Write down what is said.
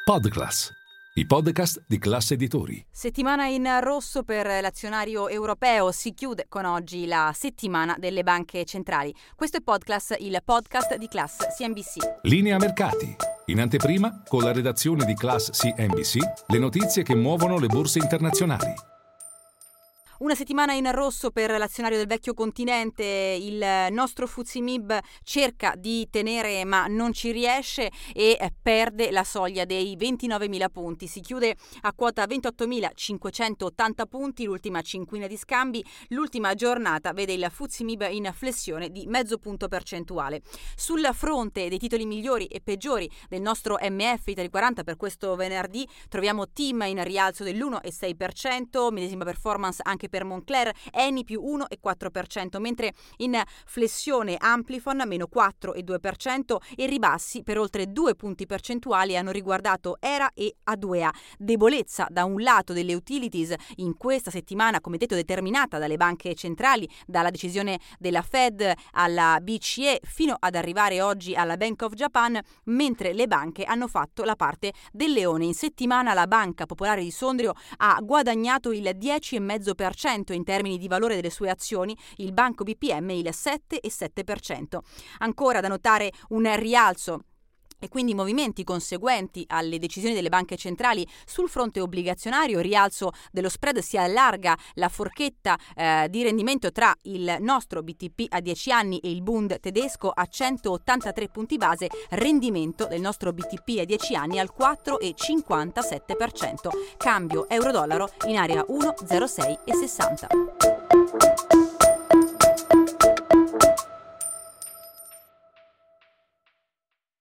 Podclass, i podcast di Class Editori. Settimana in rosso per l'azionario europeo. Si chiude con oggi la settimana delle banche centrali. Questo è Podclass, il podcast di Class CNBC. Linea mercati. In anteprima, con la redazione di Class CNBC, le notizie che muovono le borse internazionali. Una settimana in rosso per l'azionario del vecchio continente. Il nostro FTSE MIB cerca di tenere ma non ci riesce e perde la soglia dei 29.000 punti. Si chiude a quota 28.580 punti, l'ultima cinquina di scambi. L'ultima giornata vede il FTSE MIB in flessione di mezzo punto percentuale. Sul fronte dei titoli migliori e peggiori del nostro MF Italy 40 per questo venerdì troviamo TIM in rialzo dell'1,6%, medesima performance anche per Moncler, Eni più 1,4%, mentre in flessione Amplifon meno 4,2% e ribassi per oltre 2 punti percentuali hanno riguardato ERA e A2A. Debolezza da un lato delle utilities in questa settimana, come detto, determinata dalle banche centrali, dalla decisione della Fed alla BCE fino ad arrivare oggi alla Bank of Japan, mentre le banche hanno fatto la parte del leone. In settimana la Banca Popolare di Sondrio ha guadagnato il 10,5% in termini di valore delle sue azioni, il Banco BPM il 7,7%. Ancora da notare un rialzo e quindi movimenti conseguenti alle decisioni delle banche centrali sul fronte obbligazionario. Rialzo dello spread, si allarga la forchetta di rendimento tra il nostro BTP a 10 anni e il Bund tedesco a 183 punti base, rendimento del nostro BTP a 10 anni al 4,57%. Cambio euro-dollaro in area 1,0660.